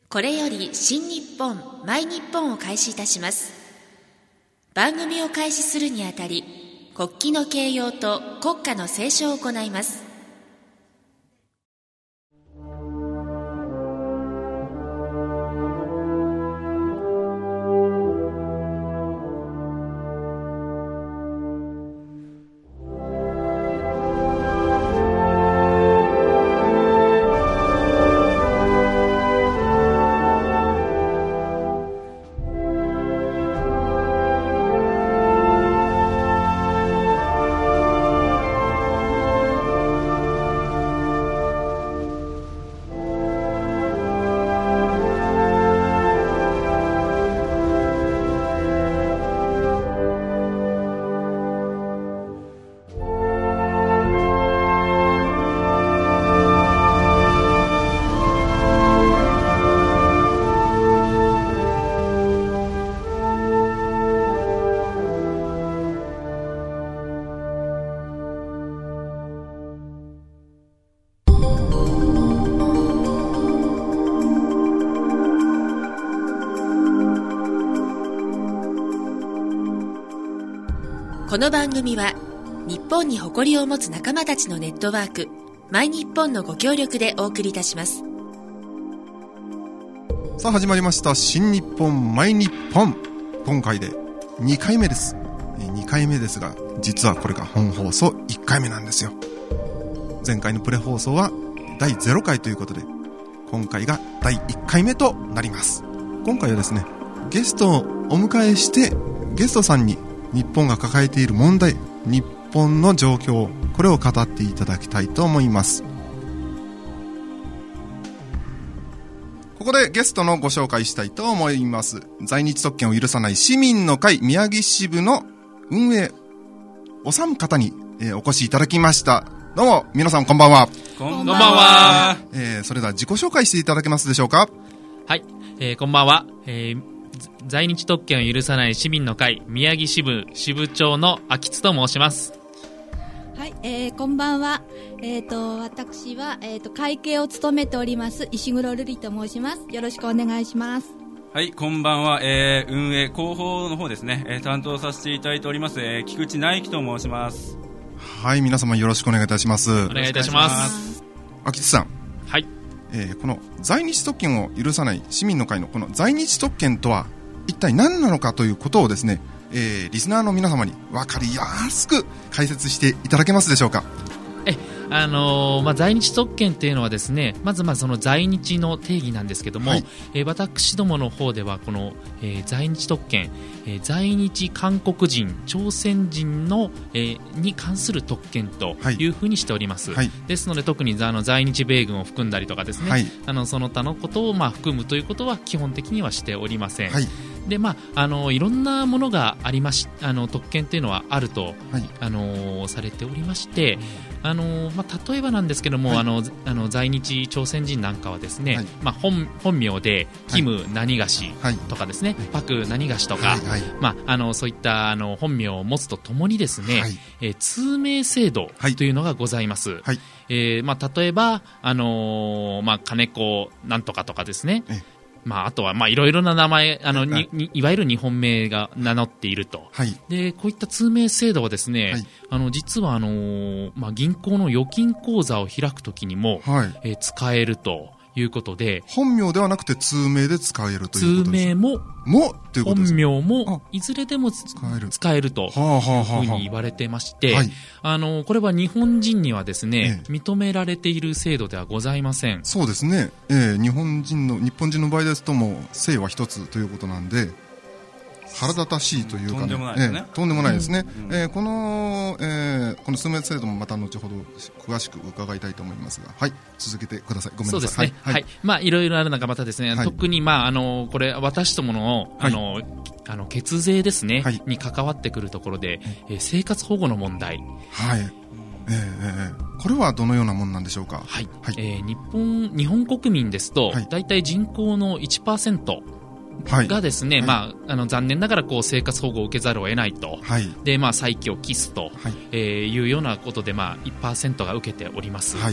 これより新日本マイ日本を開始いたします。番組を開始するにあたり、国旗の掲揚と国歌の斉唱を行います。この番組は日本に誇りを持つ仲間たちのネットワークマイ日本のご協力でお送りいたします。 さあ始まりました新日本マイ日本、今回で2回目です。2回目ですが、実はこれが本放送1回目なんですよ。前回のプレ放送は第0回ということで、今回が第1回目となります。今回はですね、ゲストをお迎えして、ゲストさんに日本が抱えている問題、日本の状況、これを語っていただきたいと思います。ここでゲストのご紹介したいと思います。在日特権を許さない市民の会宮城支部の運営お三方に、お越しいただきました。どうも皆さんこんばんは。 こんばんは。 それでは自己紹介していただけますでしょうか。 はい、こんばんは。在日特権を許さない市民の会宮城支部支部長の秋津と申します。 はい、こんばんは。私は、会計を務めております石黒瑠璃と申します。よろしくお願いします。 はい、こんばんは。運営広報の方ですね、担当させていただいております、菊池内樹と申します。 はい、皆様よろしくお願いいたします。 お願いいたします。 秋津さん。 はい。 この在日特権を許さない市民の会のこの在日特権とは一体何なのかということをですね、リスナーの皆様に分かりやすく解説していただけますでしょうか。 在日特権というのはですね、まずその在日の定義なんですけども、はい、私どもの方ではこの、在日特権、在日韓国人朝鮮人の、に関する特権というふうにしております、はい、ですので特に在日米軍を含んだりとかですね、はい、その他のことを含むということは基本的にはしておりません、はい。でいろんなものがありまし特権というのはあると、はい、されておりまして、例えばなんですけども、はい、在日朝鮮人なんかはですね、はい、本名でキム何がしとかですね、はい、パク何がしとか、はいはい、そういった本名を持つとともにですね、はい、通名制度というのがございます、はい。例えば、金子なんとかとかですね、あとはいろいろな名前いわゆる日本名が名乗っていると、はい、でこういった通名制度はですね、はい、実は銀行の預金口座を開くときにも、はい、使えるということで、 本名ではなくて通名で使えるということです。 通名も本名もいずれでも使えるというふうに言われてまして、これは日本人にはですね、認められている制度ではございません。 そうですね、日本人の場合ですとも姓は一つということなんで、腹立たしいというか、ね、とんでもないですね、とんでもないですね、この通名制度もまた後ほど詳しく伺いたいと思いますが、はい、続けてください。ごめんなさい。そうですね、はい、はい、いろいろある中、またですね、はい、特にこれ私どもの血税ですね、はい、に関わってくるところで、生活保護の問題、はい、 これはどのようなものなんでしょうか。 はい、はい、日本国民ですと、だいたい人口の 1% がですね、はい、残念ながら生活保護を受けざるを得ないと、はい、で再起を期すと、いうようなことで、1% が受けております、はい。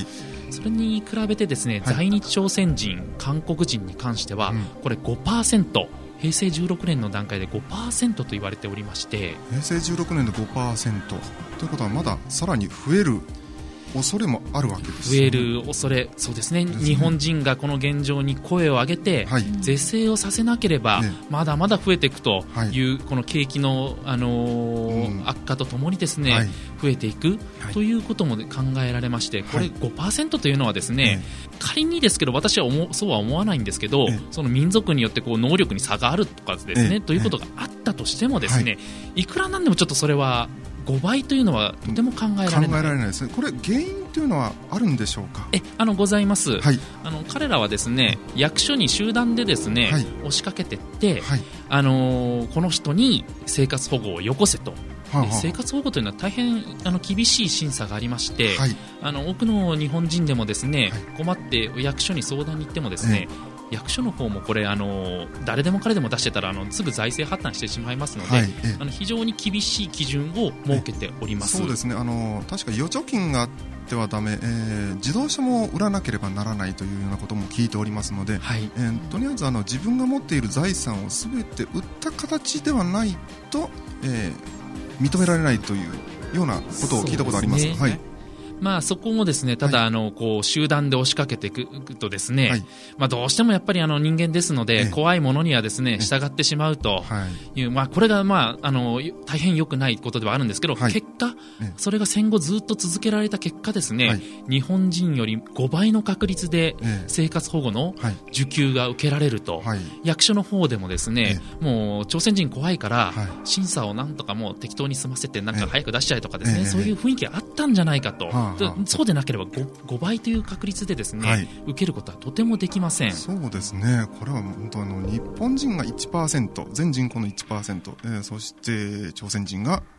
それに比べてですね、在日朝鮮人、韓国人に関しては、これ 5%、平成16年の段階で 5% と言われておりまして、 平成16年で 5% ということはまださらに増える恐れもあるわけですよね。増える恐れ、そうですね。日本人がこの現状に声を上げて、是正をさせなければ、まだまだ増えていくという、この景気の、悪化とともにですね、増えていくということも考えられまして、これ 5% というのはですね、仮にですけど、私はそうは思わないんですけど、その民族によってこう能力に差があるとかですね、ということがあったとしてもですね、いくらなんでもちょっとそれは5倍というのはとても考えられないですね。これ原因というのはあるんでしょうか。 ございます、彼らはですね、役所に集団でですね、押しかけていって、この人に生活保護をよこせと。生活保護というのは大変厳しい審査がありまして、多くの日本人でもですね、困って役所に相談に行ってもですね、役所の方もこれ誰でも彼でも出してたらすぐ財政破綻してしまいますので、非常に厳しい基準を設けております。 そうですね、確か預貯金があってはダメ、自動車も売らなければならないというようなことも聞いておりますので、とりあえず自分が持っている財産をすべて売った形ではないと、認められないというようなことを聞いたことあります。 そこもですね、ただこう集団で押しかけていくとですね、どうしてもやっぱり人間ですので、怖いものにはですね、従ってしまうという、これが大変良くないことではあるんですけど、結果それが戦後ずっと続けられた結果ですね、日本人より5倍の確率で生活保護の受給が受けられると、役所の方でもですね、もう朝鮮人怖いから審査をなんとかもう適当に済ませてなんか早く出しちゃえとかですね、そういう雰囲気があったんじゃないかと。そうでなければ 5倍という確率でですね、受けることはとてもできません。 そうですね、これは本当日本人が 1%、 全人口の 1%、そして朝鮮人が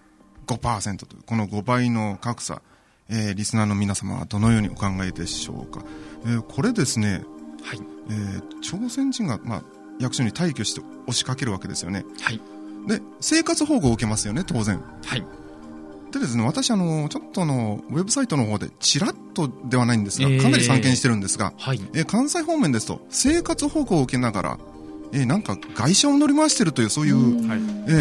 5% というこの5倍の格差、リスナーの皆様はどのようにお考えでしょうか。これですね、朝鮮人が、役所に退去して押しかけるわけですよね。で生活保護を受けますよね、当然。でですね、私ちょっとウェブサイトの方でちらっとではないんですが、かなり散見してるんですが、関西方面ですと生活保護を受けながら、なんか外車を乗り回しているというそういう、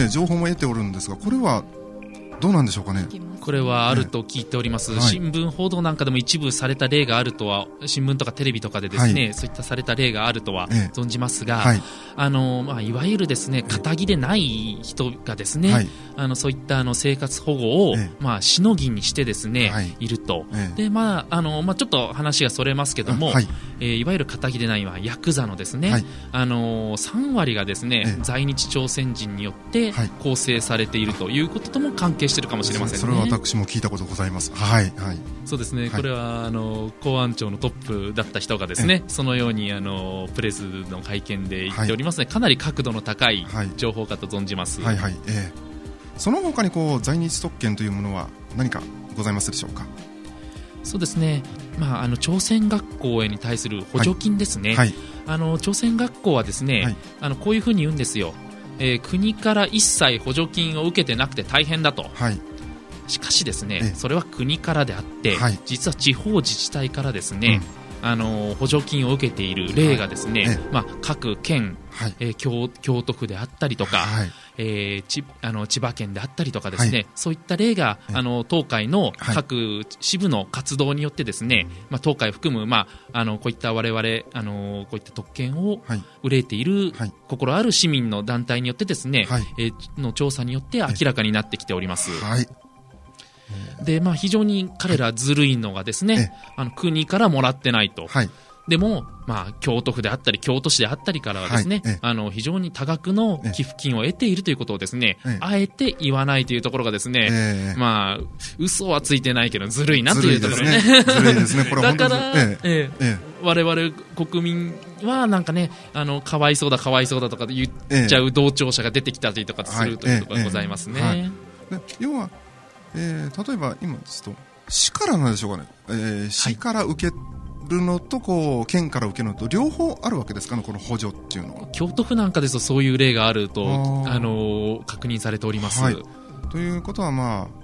情報も得ておるんですが、これはどうなんでしょうかね。 これはあると聞いております、新聞報道なんかでも一部された例があるとは、新聞とかテレビとかでですね、そういったされた例があるとは存じますが、いわゆるですね、堅気でない人がですね、そういった生活保護を、しのぎにしてですね、いると。でちょっと話がそれますけども、いわゆる堅気でないヤクザのですね、3割がですね、在日朝鮮人によって構成されているということとも関係しているかもしれませんね。 それは私も聞いたことございます。 そうですね、これは公安庁のトップだった人がですね、そのようにプレスの会見で言っておりますので、かなり角度の高い情報かと存じます。 その他に在日特権というものは何かございますでしょうか。 そうですね、朝鮮学校へに対する補助金ですね。朝鮮学校はですね、こういうふうに言うんですよ。国から一切補助金を受けてなくて大変だと。しかしですね、それは国からであって、実は地方自治体からですね、補助金を受けている例がですね、各県、京都府であったりとか、千葉県であったりとかですね、そういった例が東海の各支部の活動によってですね、東海を含む、こういった我々こういった特権を憂えている心ある市民の団体によってですね、の調査によって明らかになってきております。で非常に彼らずるいのがですね、国からもらってないと。でも、京都府であったり京都市であったりからはですね、非常に多額の寄付金を得ているということをですね、あえて言わないというところがですね、嘘はついてないけどずるいなというところね。だから我々国民はなんかね、かわいそうだかわいそうだとか言っちゃう同調者が出てきたりとかするというところがございますね。 要は例えば今ですと市からなんでしょうかね、市から受けるのと県から受けるのと両方あるわけですかね、この補助っていうのは。 京都府なんかですとそういう例があると確認されております。 ということは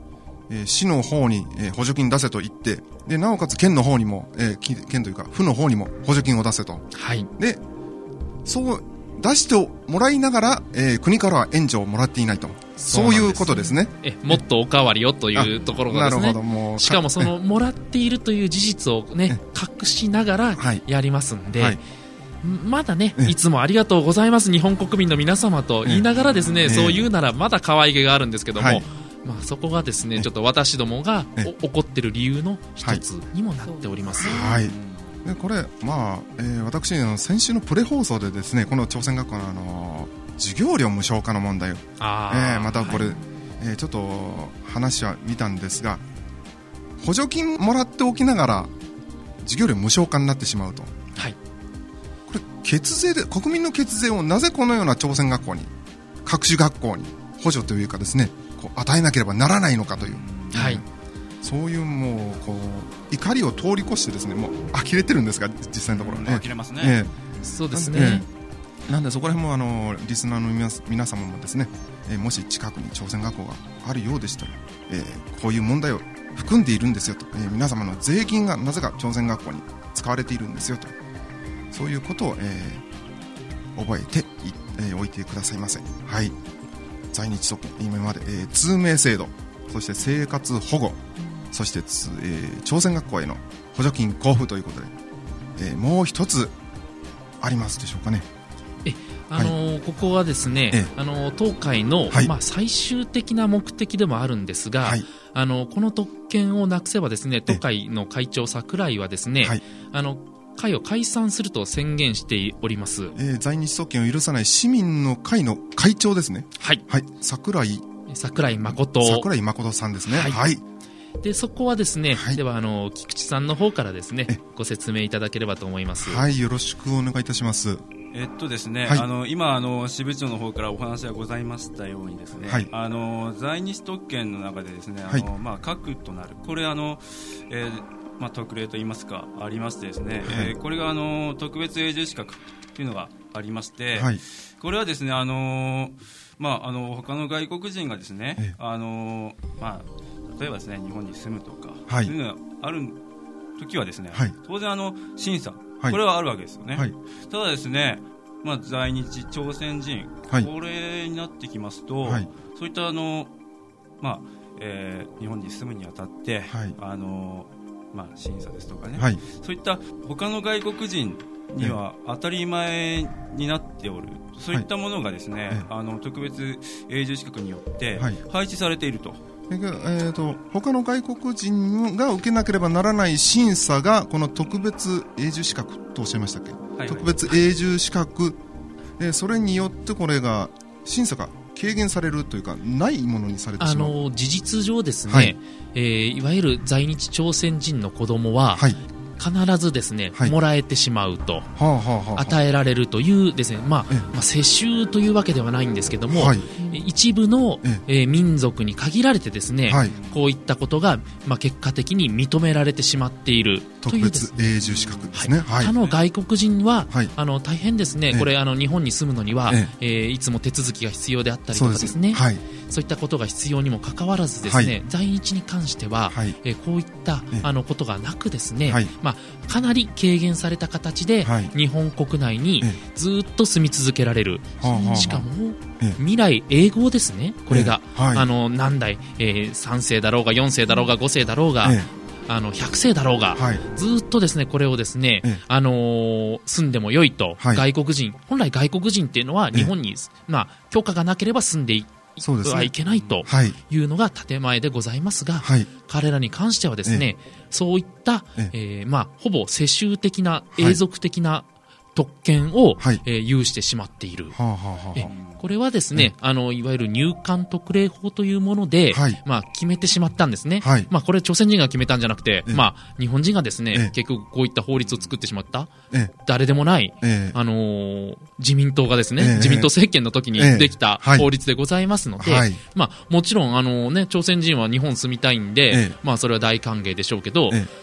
市の方に、補助金出せと言って、で、なおかつ県の方にも、県というか、府の方にも補助金を出せと。 はい。 で、そう出してもらいながら、国からは援助をもらっていないと。そういうことですね。 もっとおかわりよというところがですね。 なるほど、もう。 しかもその、もらっているという事実をね、隠しながらやりますんで、まだね、いつもありがとうございます日本国民の皆様と言いながらですね、そう言うならまだ可愛げがあるんですけども、まあそこがですね、ちょっと私どもが怒ってる理由の一つにもなっております。 はい。でこれ、まあ私先週のプレ放送でですね、この朝鮮学校の授業料無償化の問題を、またこれ、ちょっと話は見たんですが、補助金もらっておきながら授業料無償化になってしまうと。 はい。 これ血税で、国民の血税をなぜこのような朝鮮学校に、各種学校に補助というかですね、こう与えなければならないのかという、 はい、 そういうもうこう怒りを通り越してですね、もう呆れてるんですが、実際のところね。 呆れますね。 そうですね。 なんでそこら辺もリスナーの皆様もですね、もし近くに朝鮮学校があるようでしたら、こういう問題を含んでいるんですよと、皆様の税金がなぜか朝鮮学校に使われているんですよと、そういうことを、覚えておいてくださいませ。はい。在日特権、今まで、通名制度、そして生活保護、そして、朝鮮学校への補助金交付ということで、もう一つありますでしょうかね。 ここはですね、当会の、最終的な目的でもあるんですが、この特権をなくせばですね、当会の会長櫻井はですね、会を解散すると宣言しております。 在日特権を許さない市民の会の会長ですね。 はい。 はい。櫻井誠さんですね。はい。 でそこはですね、では菊池さんの方からですね、ご説明いただければと思います。 はい、よろしくお願いいたします。 ですね、今支部長の方からお話がございましたようにですね、在日特権の中でですね、核となるこれ特例といいますかありましてですね、これが特別永住資格というのがありまして、これはですね他の外国人がですね例えばですね日本に住むとか、そういうのがある時はですね、当然審査、これはあるわけですよね。ただですね、在日朝鮮人、これになってきますと、そういった日本に住むにあたって、審査ですとかね、そういった他の外国人には当たり前になっておる、そういったものがですね、特別永住資格によって配置されていると。 他の外国人が受けなければならない審査がこの特別永住資格とおっしゃいましたっけ、特別永住資格、それによってこれが審査が軽減されるというかないものにされてしまう。 事実上ですね、いわゆる在日朝鮮人の子供は、必ずですね、もらえてしまうと、与えられるというですね、世襲というわけではないんですけども、一部の、民族に限られてですね、こういったことが、結果的に認められてしまっているという特別永住資格ですね。 他の外国人は、大変ですね、これ日本に住むのには、いつも手続きが必要であったりとかですね、そういったことが必要にもかかわらずですね、在日に関しては、こういったことがなくですね、かなり軽減された形で、日本国内にずっと住み続けられる、しかも未来永劫ですね、これが、何代、3世だろうが4世だろうが5世だろうが、100世だろうが、ずっとですねこれをですね、住んでも良いと、外国人、本来外国人っていうのは日本に、許可がなければ住んではいけないというのが建前でございますが、彼らに関してはですね、そういった、ほぼ世襲的な永続的な特権を、有してしまっている。これはですね、いわゆる入管特例法というもので、決めてしまったんですね。これ朝鮮人が決めたんじゃなくて、日本人がですね、結局こういった法律を作ってしまった、誰でもない、自民党がですね、自民党政権の時にできた法律でございますので、もちろん朝鮮人は日本住みたいんで、それは大歓迎でしょうけど、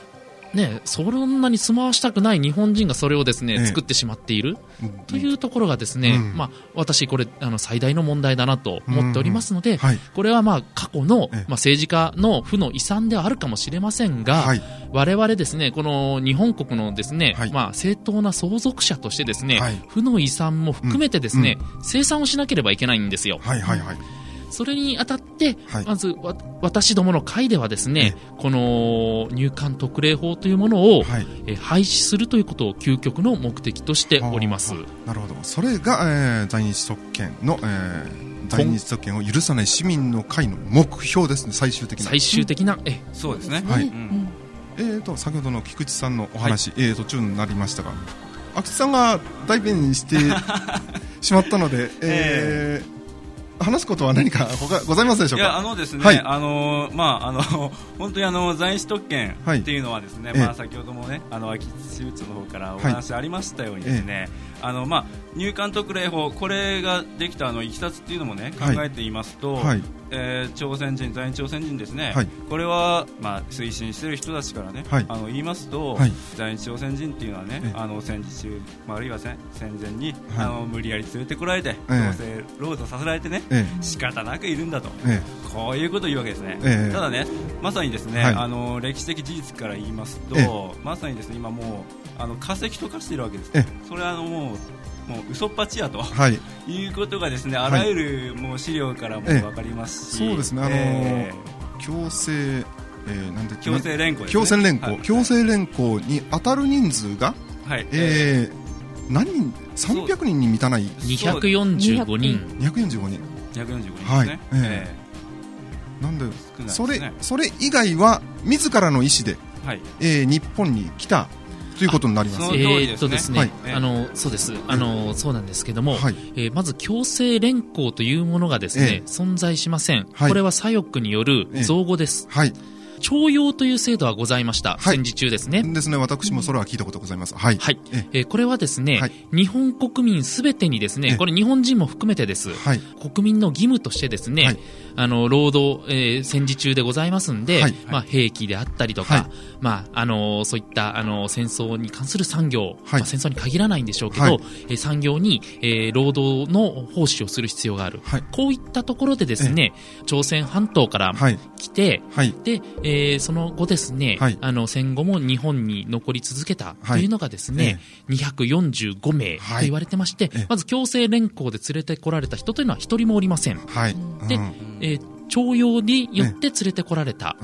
ね、そんなに住まわしたくない日本人がそれをですね、作ってしまっているというところがですね、私これ最大の問題だなと思っておりますので、これは過去の政治家の負の遺産ではあるかもしれませんが、我々ですね、この日本国のですね、正当な相続者としてですね、負の遺産も含めてですね、清算をしなければいけないんですよ。それにあたって、まず私どもの会ではですね、この入管特例法というものを、廃止するということを究極の目的としております。 なるほど。それが、在日特権の、在日特権を許さない市民の会の目標ですね。最終的な、 そうですね。 先ほどの菊池さんのお話、途中になりましたが、阿久津さんが代弁してしまったので、話すことは何か他ございますでしょうか。 いやですね、本当に在日特権っていうのはですね、先ほどもね秋津支部長の方からお話ありましたようにですね、入管特例法、これができたいきさつっていうのもね考えていますと、朝鮮人、在日朝鮮人ですね、これは推進している人たちからね、言いますと、在日朝鮮人っていうのはね、戦時中、あるいは戦前に無理やり連れてこられて強制労働させられてね、仕方なくいるんだと、こういうことを言うわけですね。ただね、まさにですね、歴史的事実から言いますと、まさにですね、今もう化石と化しているわけです。それはもう嘘っぱちやと、いうことがですね、あらゆるもう資料からも分かりますし、 そうですね、強制連行ですね。 強制連行に当たる人数が、何人、300人に満たない、 245人ですね。 なんでそれ以外は自らの意思で、日本に来たということになります。 ですね、そうです。そうなんですけども、まず強制連行というものがですね、存在しません。これは左翼による造語です。徴用という制度はございました。戦時中ですね。 私もそれは聞いたことございます。 これはですね、日本国民すべてにですね、これ日本人も含めてです。国民の義務としてですね、労働、戦時中でございますんで、兵器であったりとか、そういった戦争に関する産業、戦争に限らないんでしょうけど、産業に、労働の奉仕をする必要がある。こういったところでですね、朝鮮半島から来て、で、その後ですね、戦後も日本に残り続けたというのがですね、245名と言われてまして、まず強制連行で連れてこられた人というのは一人もおりません。で、徴用によって連れてこられた、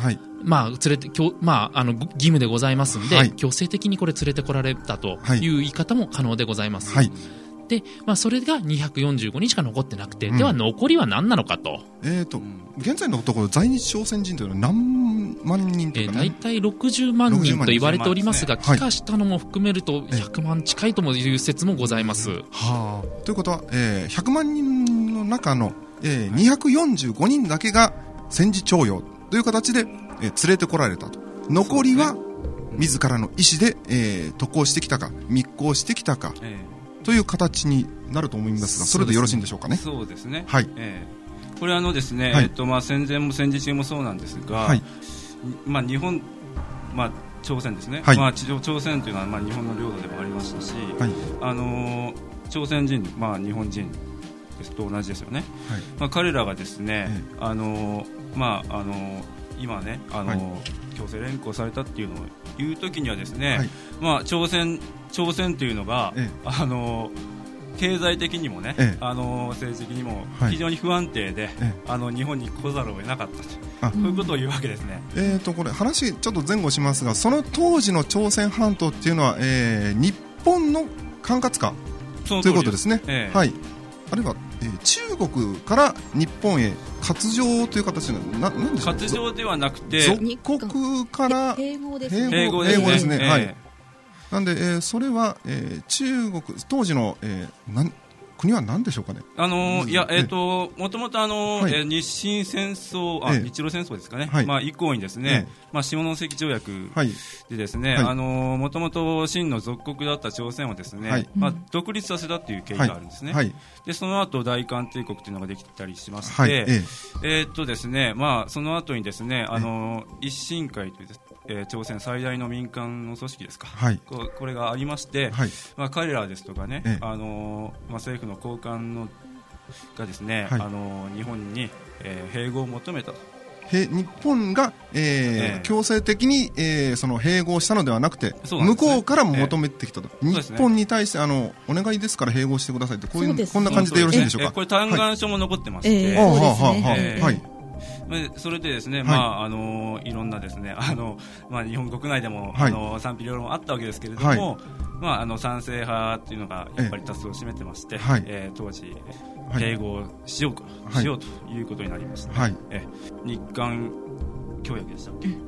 義務でございますんで、強制的にこれ連れてこられたという言い方も可能でございます。で、それが245人しか残ってなくて、では残りは何なのかと。 現在のところ在日朝鮮人というのは何万人とか、 大体60万人と言われておりますが、帰化したのも含めると100万近いという説もございます。 ということは、100万人の中の、245人だけが戦時徴用という形で、連れてこられたと。残りは自らの意思で、渡航してきたか密航してきたか、という形になると思いますが、それでよろしいんでしょうかね。 そうですね。これですね、戦前も戦時中もそうなんですが、日本、朝鮮ですね。朝鮮というのは日本の領土でもありましたし、朝鮮人、日本人ですと同じですよね。彼らがですね、今ね、強制連行されたっていうのを言うときにはですね、朝鮮というのが、経済的にもね、政治的にも非常に不安定で、日本に来ざるを得なかったと、そういうことを言うわけですね。 これ話ちょっと前後しますが、その当時の朝鮮半島っていうのは、日本の管轄下ということですね。あるいは、中国から日本へ割譲という形でなんでしょうか。 割譲ではなくて属国から併合ですね。なんで、それは、中国当時の、国は何でしょうかね。 もともと日清戦争、日露戦争ですかね、以降にですね、下関条約でですね、もともと清の属国だった朝鮮をですね、独立させたという経緯があるんですね。でその後大韓帝国というのができたりしまして、ですね、その後にですね、一新会という朝鮮最大の民間の組織ですか、 はい、 これがありまして、 はい、 彼らですとかね、政府の高官のがですね、はい、日本に、併合を求めたと。 日本が、強制的に、その併合したのではなくて、向こうから求めてきたと、日本に対してお願いですから併合してくださいって、こんな感じでよろしいでしょうか。 これ嘆願書も残ってまして、それでですね、いろんなですね、日本国内でも、賛否両論あったわけですけれども、賛成派っていうのがやっぱり多数を占めてまして、当時併合しようということになりました、日韓協約でしたっけ。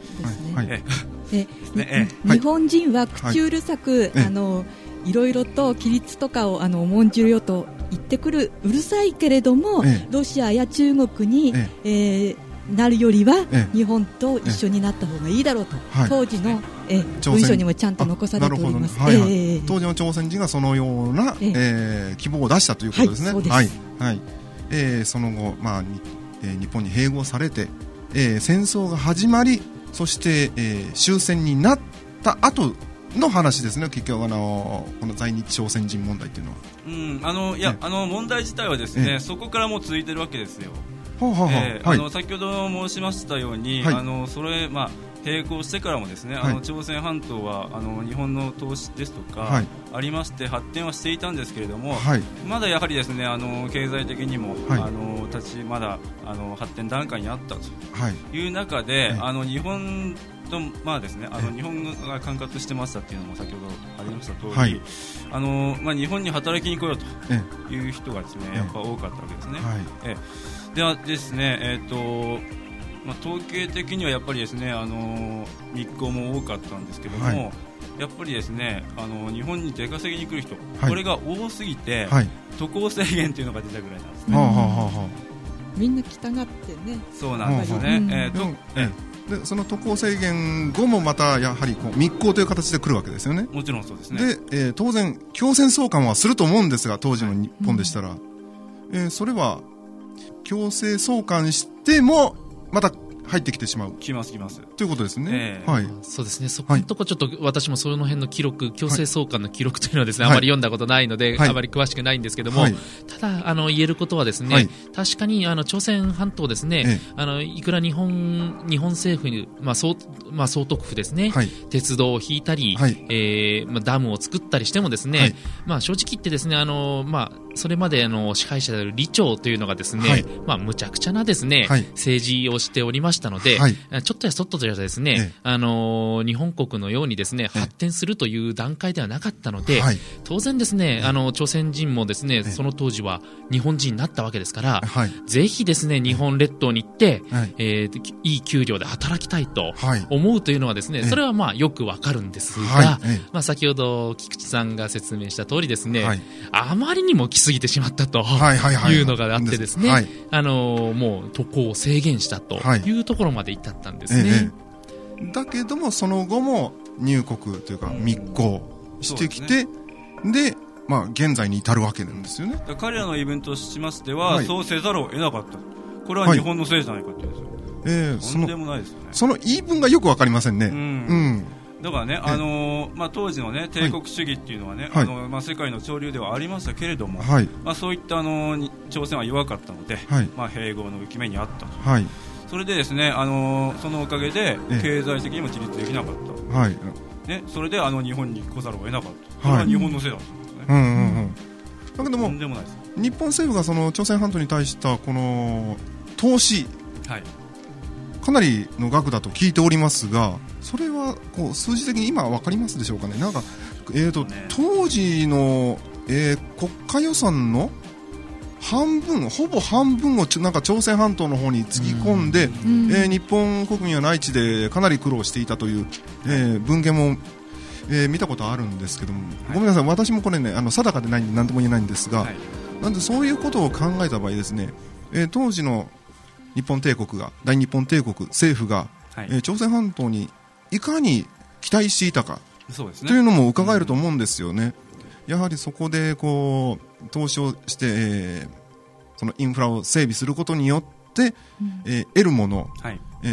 日本人は口うるさく、いろいろと規律とかを重んじるよと言ってくるうるさいけれども、ロシアや中国に、なるよりは、日本と一緒になった方がいいだろうと、当時の、文書にもちゃんと残されております。 当時の朝鮮人がそのような、希望を出したということですね。その後、日本に併合されて、戦争が始まり、そして、終戦になった後の話ですね。結局この在日朝鮮人問題というのは、 問題自体はですね、そこからもう続いているわけですよ。先ほど申しましたように、並行してからもですね、朝鮮半島は日本の投資ですとか、ありまして発展はしていたんですけれども、まだやはりですね経済的にも、まだ発展段階にあったという中で、日本とですね、日本が管轄してましたっていうのも先ほどありました通り、日本に働きに来ようという人がですね、やっぱ多かったわけですね。ではですね、統計的にはやっぱりですね、密航も多かったんですけども、やっぱりですね、日本に出稼ぎに来る人、これが多すぎて、渡航制限というのが出たぐらいなんですね。 みんな来たがってね。 そうなんですね。 でその渡航制限後もまたやはり密航という形で来るわけですよね。 もちろんそうですね。 で、当然強制送還はすると思うんですが、当時の日本でしたら、それは強制送還してもまた入ってきてしまう。 来ますということですね。 そうですね。そこのとこちょっと私もその辺の記録、強制送還の記録というのはですね、あまり読んだことないので、あまり詳しくないんですけども、ただ言えることはですね、確かに朝鮮半島ですね、いくら日本政府に総督府ですね、鉄道を引いたり、ダムを作ったりしてもですね、正直言ってですね、それまで支配者である李朝というのがですね、むちゃくちゃなですね、政治をしておりましたので、ちょっとやそっととやですね、日本国のようにですね、発展するという段階ではなかったので、当然ですね、朝鮮人もですね、その当時は日本人になったわけですから、ぜひですね、日本列島に行って、いい給料で働きたいと思うというのはですね、それはよくわかるんですが、先ほど菊池さんが説明した通りですね、あまりにも来すぎてしまったというのがあってですね、もう渡航を制限したというところまで至ったんですね。 だけどもその後も入国というか密航してきて、で現在に至るわけなんですよね。 彼らの言い分としましては、そうせざるを得なかった。これは日本のせいじゃないかって言うんですよ。とんでもないですよね。 その言い分がよくわかりませんね。 だからね、当時のね、帝国主義っていうのはね、世界の潮流ではありましたけれども、そういった朝鮮は弱かったので、併合の浮き目にあったと。それでですね、そのおかげで経済的にも自立できなかった。それで日本に来ざるを得なかった。これは日本のせいだったんですね。 だけども、 とんでもないです。 日本政府がその朝鮮半島に対したこの投資、かなりの額だと聞いておりますが、それは数字的に今分かりますでしょうかね。なんか、当時の、国家予算の半分、ほぼ半分をなんか朝鮮半島の方につぎ込んで、日本国民は内地でかなり苦労していたという、文献も、見たことあるんですけども、ごめんなさい、私もこれね定かでないんで何とも言えないんですが、なんでそういうことを考えた場合ですね、当時の日本帝国が大日本帝国政府が、朝鮮半島にいかに期待していたかというのも伺えると思うんですよね。やはりそこで投資をして、そのインフラを整備することによって、得るもの、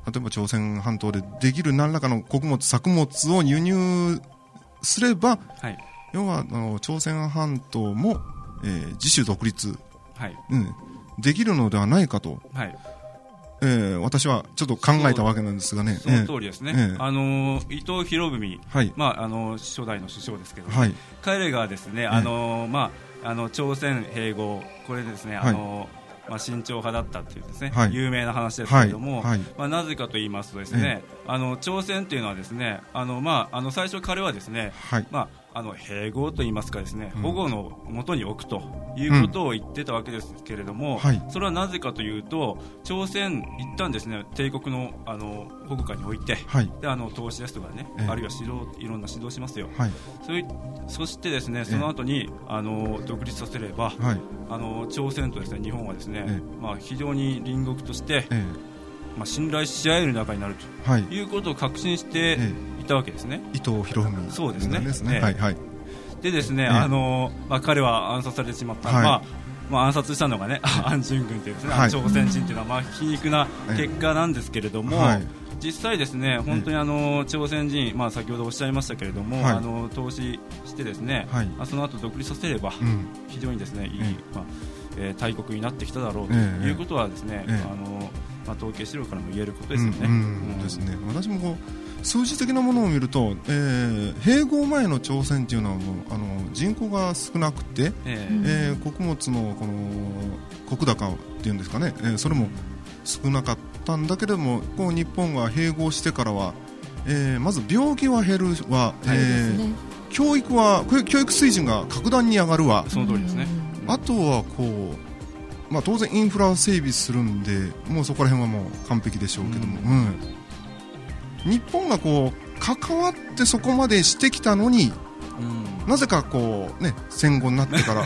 例えば朝鮮半島でできる何らかの穀物作物を輸入すれば、はい、要は朝鮮半島も、自主独立、はいできるのではないかと、はい私はちょっと考えたわけなんですがね。 その通りですね。伊藤博文、はい初代の首相ですけど、はい、彼がですね、朝鮮併合、これですね、慎重派だったっていうですね、はい、有名な話ですけれども、はいはいなぜかと言いますとですね、朝鮮というのはですね、最初彼はですね、はい併合といいますかですね、保護の元に置くということを言ってたわけですけれども、それはなぜかというと、朝鮮一旦ですね帝国の保護下に置いて、で投資ですとかね、あるいはいろんな指導しますよ。そしてですねその後に独立させれば、朝鮮とですね日本はですね、非常に隣国として、信頼し合える仲になるということを確信していたわけですね。 伊藤博文そうですね。でですね、彼は暗殺されてしまった、暗殺したのがね安順軍というですね、朝鮮人というのは皮肉な結果なんですけれども、実際ですね本当に朝鮮人、先ほどおっしゃいましたけれども、投資してですね、その後独立させれば、非常にですねいい、大国になってきただろうということはですね、統計資料からも言えることですよね。 ですね。私もこう数字的なものを見ると、併合前の朝鮮というのはもう人口が少なくて、穀物のこの石高っていうんですかね、それも少なかったんだけれども、こう日本が併合してからは、まず病気は減るわ、教育水準が格段に上がるわ。 その通りですね。 あとはこう当然インフラを整備するんで、もうそこら辺はもう完璧でしょうけども、日本がこう関わってそこまでしてきたのに、なぜかこう、戦後になってから、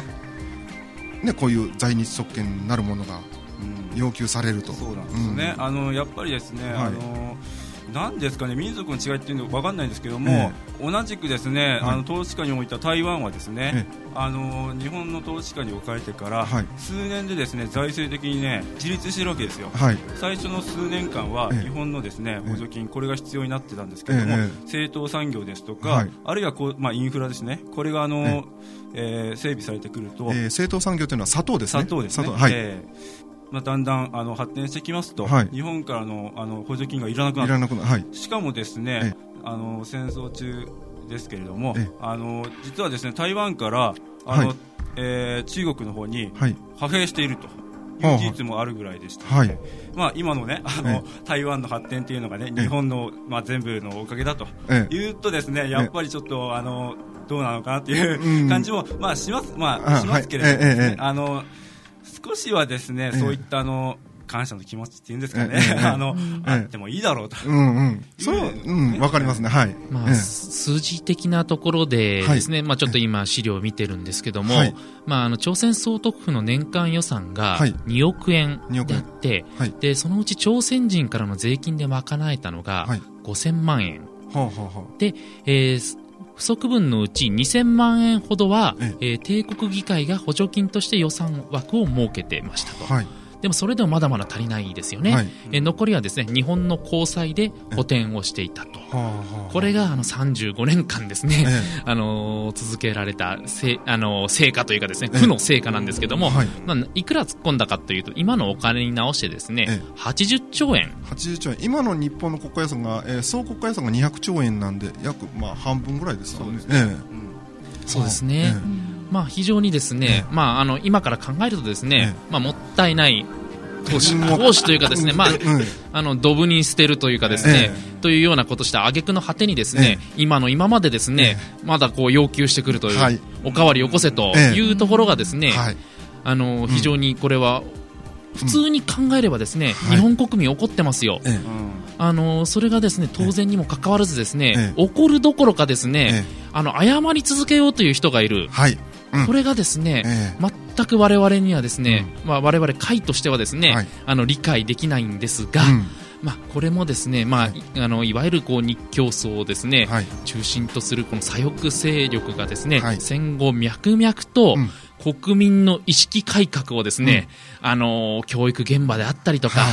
こういう在日特権になるものが要求されると。 そうなんですね。やっぱりですね、なんですかね、民族の違いっていうのは分かんないんですけども、同じくですね、統治下に置いた台湾はですね、日本の統治下に置かれてから、数年でですね財政的にね自立してるわけですよ。最初の数年間は日本のですね補助金、これが必要になってたんですけども、製糖産業ですとか、あるいはインフラですね、これが整備されてくると、 製糖産業というのは砂糖ですね。 砂糖ですね。だんだん発展してきますと、日本からの補助金がいらなくなる。しかもですね、戦争中ですけれども、実はですね台湾から中国の方に派兵しているという事実もあるぐらいでしたので、今のね台湾の発展というのがね日本の全部のおかげだというとですね、やっぱりちょっとどうなのかなという感じもしますけれどもですね、少しはですね、そういった感謝の気持ちっていうんですかね、あってもいいだろうと。 それはわかりますね。 数字的なところでですね、ちょっと今資料を見てるんですけども、朝鮮総督府の年間予算が2億円であって、でそのうち朝鮮人からの税金で賄えたのが5000万円で、不足分のうち2000万円ほどは、帝国議会が補助金として予算枠を設けてましたと。でもそれでもまだまだ足りないですよね。残りはですね日本の公債で補填をしていたと。これが35年間ですね、続けられた成果というかですね、負の成果なんですけども、いくら突っ込んだかというと、今のお金に直してですね、80兆円。 今の日本の国家予算が、総国家予算が200兆円なんで、約半分ぐらいですよね。 そうですね。非常にですね、今から考えるとですね、もったいない投資というかですね、ドブに捨てるというかですね、というようなことした挙句の果てにですね、今までですね、まだこう要求してくるという、おかわりよこせというところがですね、非常にこれは普通に考えればですね、日本国民怒ってますよ。それがですね当然にもかかわらずですね、怒るどころかですね、謝り続けようという人がいる。これがですね、全く我々にはですね、我々会としてはですね、理解できないんですが、これもですね、いわゆるこう日教層をですね、中心とするこの左翼勢力がですね、戦後脈々と、国民の意識改革をですね、教育現場であったりとか、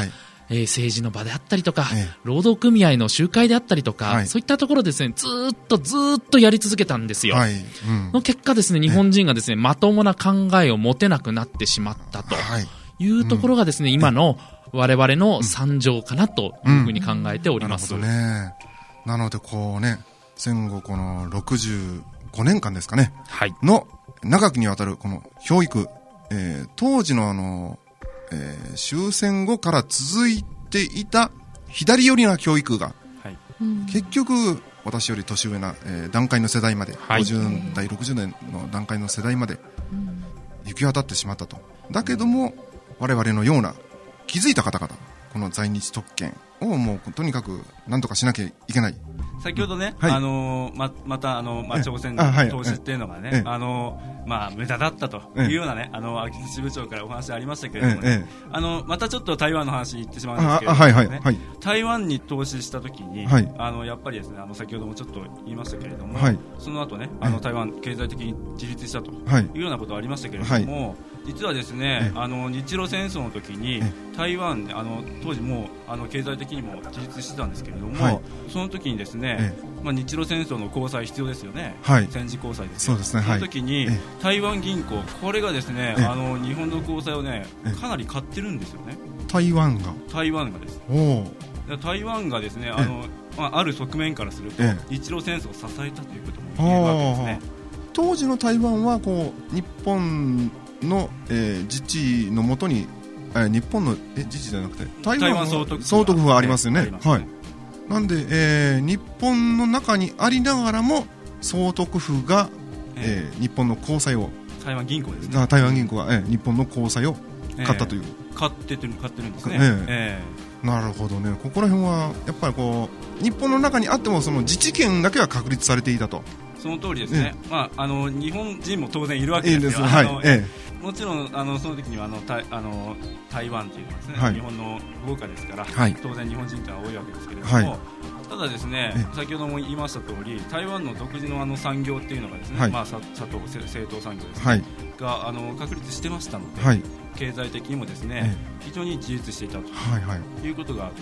政治の場であったりとか、労働組合の集会であったりとか、そういったところですね、ずっとやり続けたんですよ。の結果ですね、日本人がですね、まともな考えを持てなくなってしまったというところがですね、今の我々の惨状かなというふうに考えております。 なのでこうね、戦後この65年間ですかね、の長きにわたるこの教育、当時の終戦後から続いていた左寄りな教育が、結局私より年上な、段階の世代まで、50代60年の段階の世代まで行き渡ってしまったと。だけども我々のような気づいた方々、この在日特権をもうとにかく何とかしなきゃいけない。 先ほどね、また朝鮮の投資っていうのがね、無駄だったというようなね、秋津支部長からお話ありましたけれどもね、またちょっと台湾の話言ってしまうんですけれどもね、台湾に投資したときに、やっぱりですね、先ほどもちょっと言いましたけれども、その後ね、台湾経済的に自立したというようなことがありましたけれども、実はですね、日露戦争の時に台湾、当時も経済的にも自立してたんですけれども、その時にですね、日露戦争の公債必要ですよね、戦時公債ですよ。 そうですね。 その時に台湾銀行、これがですね、日本の公債をね、かなり買ってるんですよね。 台湾がです。台湾がですね、ある側面からすると、日露戦争を支えたということも言えるわけですね。 当時の台湾はこう日本の、自治のもとに、日本の自治じゃなくて台湾総督府がありますよね。なんで、日本の中にありながらも総督府が、日本の公債を、 台湾銀行ですね。 台湾銀行が、日本の公債を買ったという、 買ってるんですね。 なるほどね。ここら辺はやっぱりこう日本の中にあってもその自治権だけは確立されていたと。 その通りですね。日本人も当然いるわけですよ。もちろんその時には台湾というのはですね、日本の豪華ですから、当然日本人というのは多いわけですけれども、ただですね、先ほども言いました通り、台湾の独自の産業っていうのがですね、砂糖、製糖産業ですね、が確立してましたので、経済的にもですね、非常に自立していたということがあって、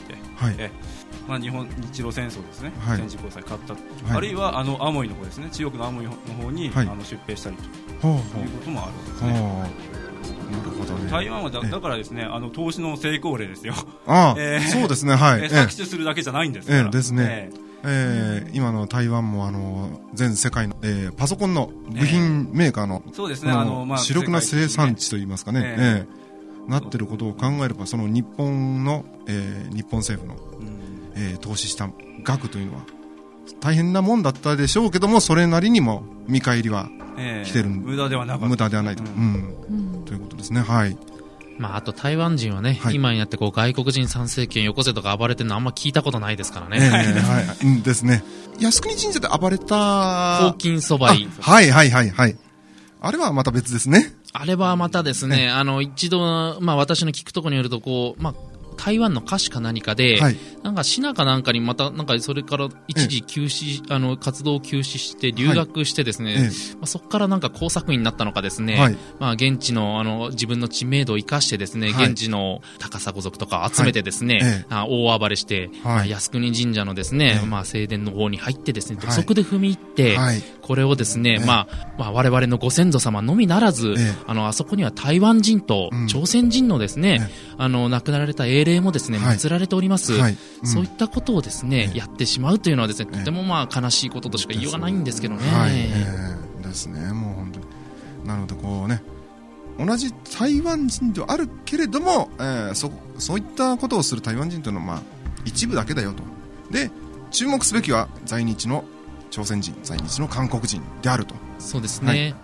日露戦争ですね、戦時公債買った、あるいはアモイの方ですね、中国のアモイの方に出兵したりということもあるわけですね。台湾はだからですね、投資の成功例ですよ。 そうですね。 搾取するだけじゃないんですから。 ですね。今の台湾も全世界の、パソコンの部品メーカーの、 そうですね、 主力な生産地といいますかね、なってることを考えれば、その日本の、日本政府の、投資した額というのは大変なもんだったでしょうけども、それなりにも見返りは来てる、 無駄ではなかった、 無駄ではないと、ということですね。 あと台湾人はね、今になってこう外国人参政権よこせとか暴れてるのあんま聞いたことないですからね。 ですね。靖国神社で暴れた公金疎売、 あれはまた別ですね。 あれはまたですね、一度、私の聞くところによるとこう、台湾の歌手か何かで、なんかシナかなんかにまたなんかそれから一時休止、活動を休止して留学してですね、そこからなんか工作員になったのかですね、現地の自分の知名度を生かしてですね、現地の高砂族とかを集めてですね、大暴れして、靖国神社のですね、正殿の方に入ってですね、土足で踏み入って、これをですね、我々のご先祖様のみならず、あそこには台湾人と朝鮮人のですね、亡くなられた英霊もですね、祀られております。そういったことをですね、やってしまうというのはですね、とても悲しいこととしか言いようがないんですけどね。 ですね。もう本当に。なのでこうね、同じ台湾人ではあるけれども、そういったことをする台湾人というのは一部だけだよと。で、注目すべきは在日の朝鮮人、在日の韓国人であると。 そうですね。